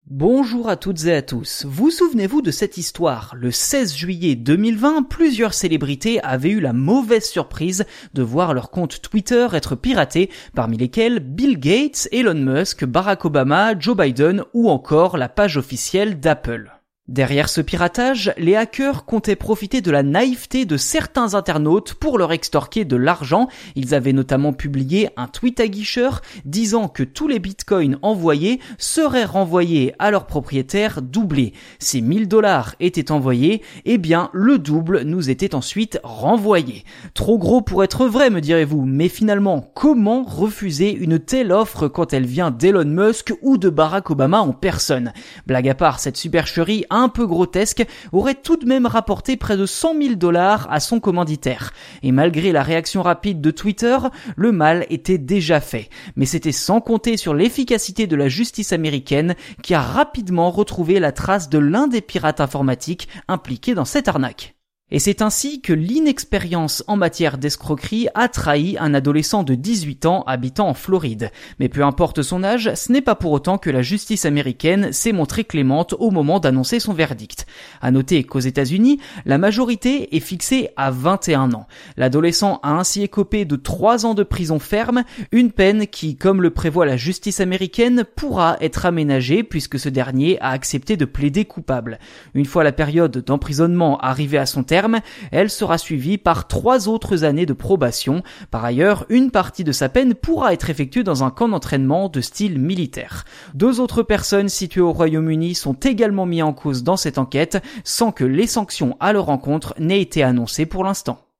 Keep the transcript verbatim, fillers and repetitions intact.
Bonjour à toutes et à tous. Vous souvenez-vous de cette histoire? Le seize juillet deux mille vingt, plusieurs célébrités avaient eu la mauvaise surprise de voir leur compte Twitter être piraté, parmi lesquels Bill Gates, Elon Musk, Barack Obama, Joe Biden ou encore la page officielle d'Apple. Derrière ce piratage, les hackers comptaient profiter de la naïveté de certains internautes pour leur extorquer de l'argent. Ils avaient notamment publié un tweet aguicheur disant que tous les bitcoins envoyés seraient renvoyés à leurs propriétaires doublés. Si mille dollars étaient envoyés, eh bien le double nous était ensuite renvoyé. Trop gros pour être vrai, me direz-vous, mais finalement, comment refuser une telle offre quand elle vient d'Elon Musk ou de Barack Obama en personne? Blague à part, cette supercherie un peu grotesque aurait tout de même rapporté près de cent mille dollars à son commanditaire. Et malgré la réaction rapide de Twitter, le mal était déjà fait. Mais c'était sans compter sur l'efficacité de la justice américaine qui a rapidement retrouvé la trace de l'un des pirates informatiques impliqués dans cette arnaque. Et c'est ainsi que l'inexpérience en matière d'escroquerie a trahi un adolescent de dix-huit ans habitant en Floride. Mais peu importe son âge, ce n'est pas pour autant que la justice américaine s'est montrée clémente au moment d'annoncer son verdict. À noter qu'aux États-Unis, la majorité est fixée à vingt et un ans. L'adolescent a ainsi écopé de trois ans de prison ferme, une peine qui, comme le prévoit la justice américaine, pourra être aménagée puisque ce dernier a accepté de plaider coupable. Une fois la période d'emprisonnement arrivée à son terme, elle sera suivie par trois autres années de probation. Par ailleurs, une partie de sa peine pourra être effectuée dans un camp d'entraînement de style militaire. Deux autres personnes situées au Royaume-Uni sont également mises en cause dans cette enquête, sans que les sanctions à leur encontre n'aient été annoncées pour l'instant.